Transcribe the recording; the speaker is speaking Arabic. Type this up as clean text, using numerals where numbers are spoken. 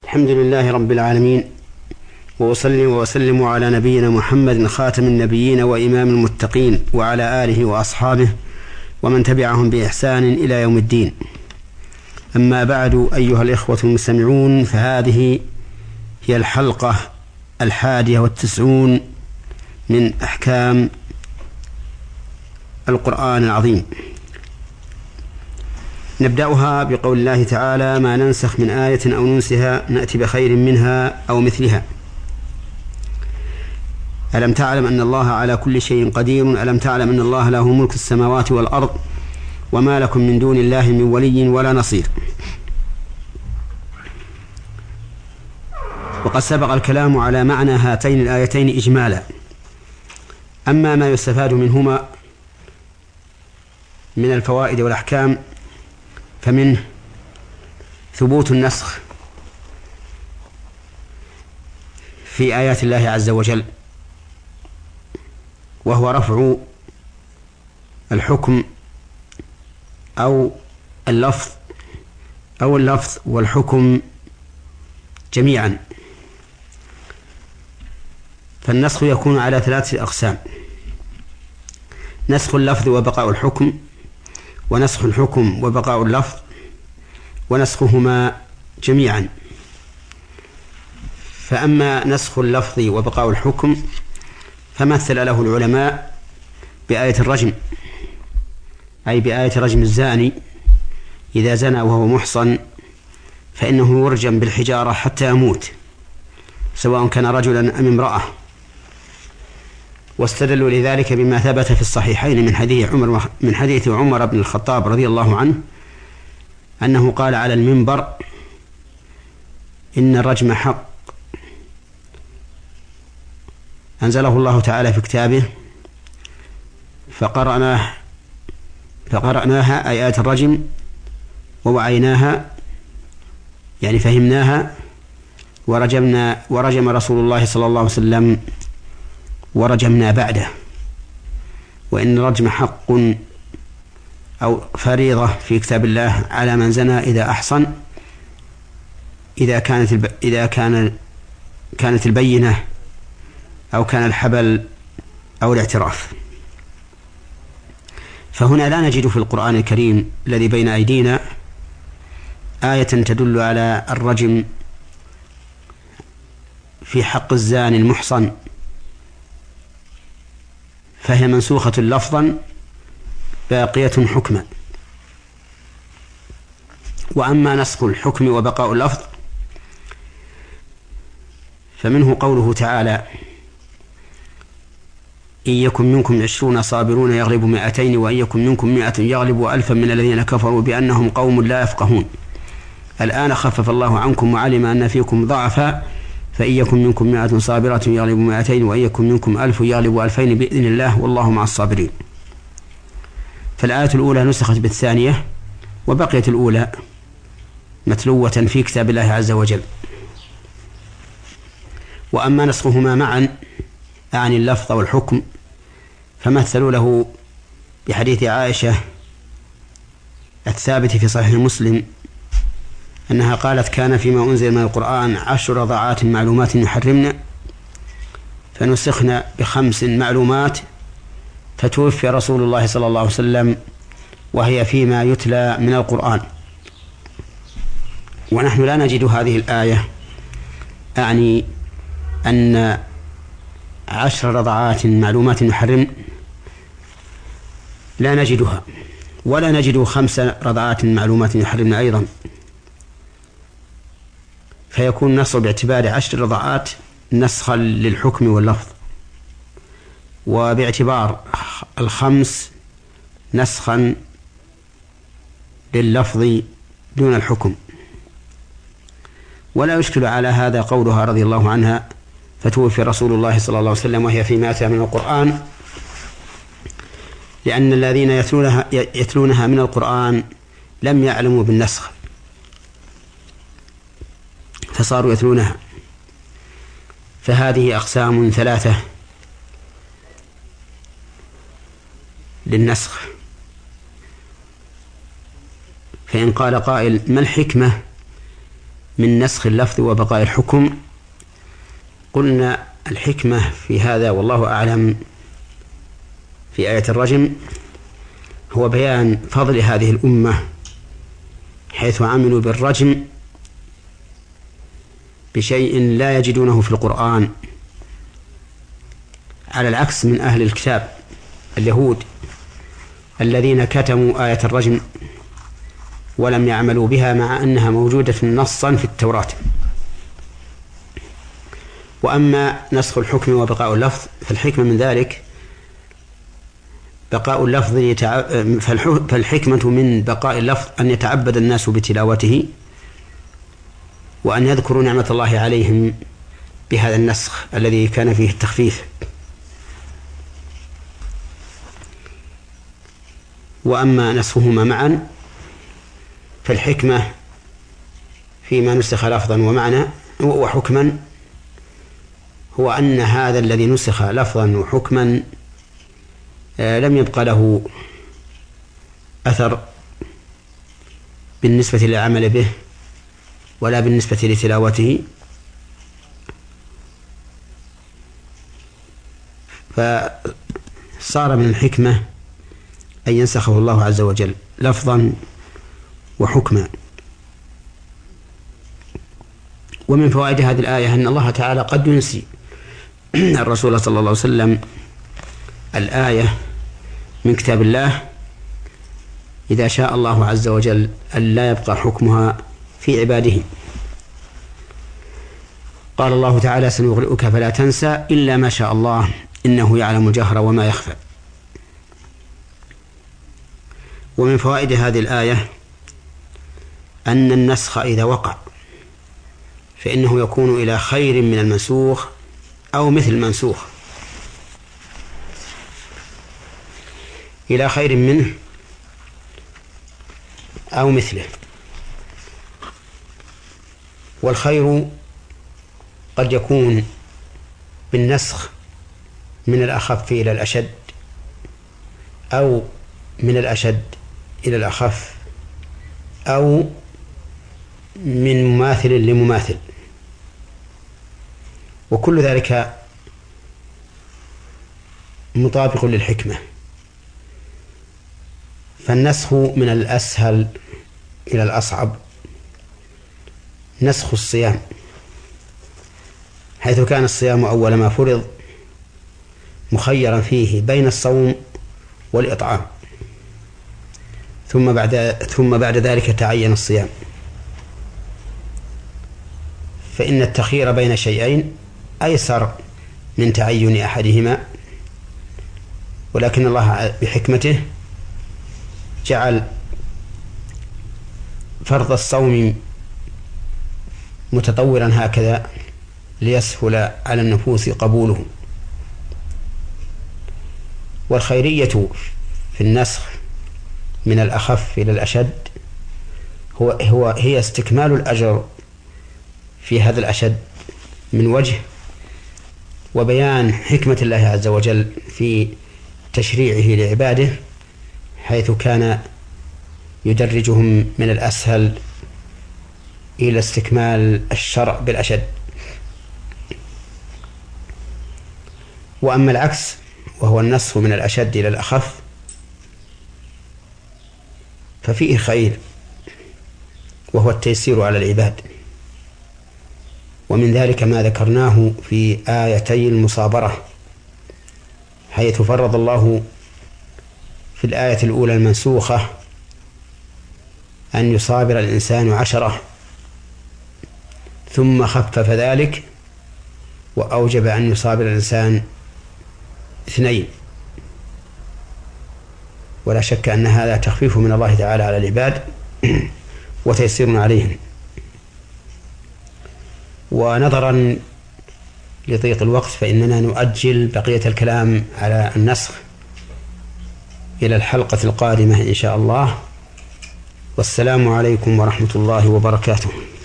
الحمد لله رب العالمين، وأصلي وأسلم على نبينا محمد خاتم النبيين وإمام المتقين، وعلى آله وأصحابه ومن تبعهم بإحسان إلى يوم الدين. أما بعد، أيها الإخوة المستمعون، فهذه هي الحلقة 91 من أحكام القرآن العظيم. نبدأها بقول الله تعالى: ما ننسخ من آية أو ننسها نأتي بخير منها أو مثلها. ألم تعلم أن الله على كل شيء قدير؟ ألم تعلم أن الله له ملك السماوات والأرض وما لكم من دون الله من ولي ولا نصير. وقد سبق الكلام على معنى هاتين الآيتين إجمالا. أما ما يستفاد منهما من الفوائد والأحكام فمنه ثبوت النسخ في آيات الله عز وجل، وهو رفع الحكم أو اللفظ والحكم جميعا. فالنسخ يكون على 3 أقسام: نسخ اللفظ وبقاء الحكم، ونسخ الحكم وبقاء اللفظ، ونسخهما جميعا. فأما نسخ اللفظ وبقاء الحكم فمثل له العلماء بآية الرجم، أي بآية رجم الزاني إذا زنى وهو محصن فإنه يرجم بالحجارة حتى يموت، سواء كان رجلا أم امرأة. واستدلوا لذلك بما ثبت في الصحيحين من حديث عمر بن الخطاب رضي الله عنه أنه قال على المنبر: إن الرجم حق أنزله الله تعالى في كتابه، فقرأناها آيات الرجم ووعيناها، يعني فهمناها، ورجم رسول الله صلى الله عليه وسلم ورجمنا بعده. وإن الرجم حق أو فريضة في كتاب الله على من زنى إذا أحصن، إذا كانت البينة أو كان الحبل أو الاعتراف. فهنا لا نجد في القرآن الكريم الذي بين أيدينا آية تدل على الرجم في حق الزاني المحصن، فهي منسوخة لفظا باقية حكما. وأما نسخ الحكم وبقاء اللفظ فمنه قوله تعالى: إن يكن منكم 20 صابرون يغلبوا 200، وإن يكن منكم 100 يغلبوا 1000 من الذين كفروا بأنهم قوم لا يفقهون. الآن خفف الله عنكم وعلم أن فيكم ضعفا، فإن يكن منكم 100 صابرة يغلبوا 200، وإن يكن منكم 1000 يغلبوا 2000 بإذن الله والله مع الصابرين. فالآية الأولى نسخت بالثانية، وبقيت الأولى متلوة في كتاب الله عز وجل. وأما نسخهما معا عن اللفظ والحكم فمثلوا له بحديث عائشة الثابت في صحيح مسلم أنها قالت: كان فيما أنزل من القرآن 10 رضعات معلومات يحرمن، فنسخنا ب5 معلومات، فتوفي رسول الله صلى الله عليه وسلم وهي فيما يتلى من القرآن. ونحن لا نجد هذه الآية، أعني أن 10 رضعات معلومات يحرمن لا نجدها، ولا نجد 5 رضعات معلومات يحرمن أيضا. فيكون النص باعتبار 10 رضعات نسخا للحكم واللفظ، وباعتبار 5 نسخا لللفظ دون الحكم. ولا يشكل على هذا قولها رضي الله عنها: فتوفي رسول الله صلى الله عليه وسلم وهي فيما أتى من القرآن، لأن الذين يتلونها من القرآن لم يعلموا بالنسخ فصاروا يتلونها. فهذه أقسام 3 للنسخ. فإن قال قائل: ما الحكمة من نسخ اللفظ وبقاء الحكم. قلنا الحكمة في هذا والله أعلم في آية الرجم هو بيان فضل هذه الأمة حيث عملوا بالرجم بشيء لا يجدونه في القرآن، على العكس من أهل الكتاب اليهود الذين كتموا آية الرجم ولم يعملوا بها مع أنها موجودة نصا في التوراة. وأما نسخ الحكم وبقاء اللفظ فالحكمة من ذلك بقاء اللفظ فالحكمة من بقاء اللفظ أن يتعبد الناس بتلاوته وأن يذكروا نعمة الله عليهم بهذا النسخ الذي كان فيه التخفيف. وأما نسخهما معا فالحكمة فيما نسخ لفظا ومعنى وحكما هو أن هذا الذي نسخ لفظا وحكما لم يبقى له أثر بالنسبة للعمل به ولا بالنسبة لتلاوته، فصار من الحكمة أن ينسخه الله عز وجل لفظا وحكما. ومن فوائد هذه الآية أن الله تعالى قد ينسي الرسول صلى الله عليه وسلم الآية من كتاب الله إذا شاء الله عز وجل أن لا يبقى حكمها في عباده. قال الله تعالى: سنقرئك فلا تنسى إلا ما شاء الله إنه يعلم الجهر وما يخفى. ومن فوائد هذه الآية أن النسخ إذا وقع فإنه يكون إلى خير من المنسوخ أو مثل المنسوخ، إلى خير منه أو مثله. والخير قد يكون بالنسخ من الأخف إلى الأشد أو من الأشد إلى الأخف أو من مماثل لمماثل، وكل ذلك مطابق للحكمة. فالنسخ من الأسهل إلى الأصعب نسخ الصيام، حيث كان الصيام أول ما فرض مخيرا فيه بين الصوم والإطعام، ثم بعد ذلك تعين الصيام. فإن التخيير بين شيئين أيسر من تعين أحدهما، ولكن الله بحكمته جعل فرض الصوم متطورا هكذا ليسهل على النفوس قبوله. والخيرية في النسخ من الأخف إلى الأشد هي استكمال الأجر في هذا الأشد من وجه، وبيان حكمة الله عز وجل في تشريعه لعباده، حيث كان يدرجهم من الأسهل إلى استكمال الشرع بالأشد. وأما العكس وهو النسخ من الأشد إلى الأخف ففيه خير، وهو التيسير على العباد. ومن ذلك ما ذكرناه في آيتي المصابرة، حيث فرض الله في الآية الأولى المنسوخة أن يصابر الإنسان 10، ثم خفف ذلك وأوجب أن يصابر الإنسان 2. ولا شك أن هذا تخفيف من الله تعالى على العباد وتيسير عليهم. ونظرا لضيق الوقت فإننا نؤجل بقية الكلام على النسخ إلى الحلقة القادمة إن شاء الله. والسلام عليكم ورحمة الله وبركاته.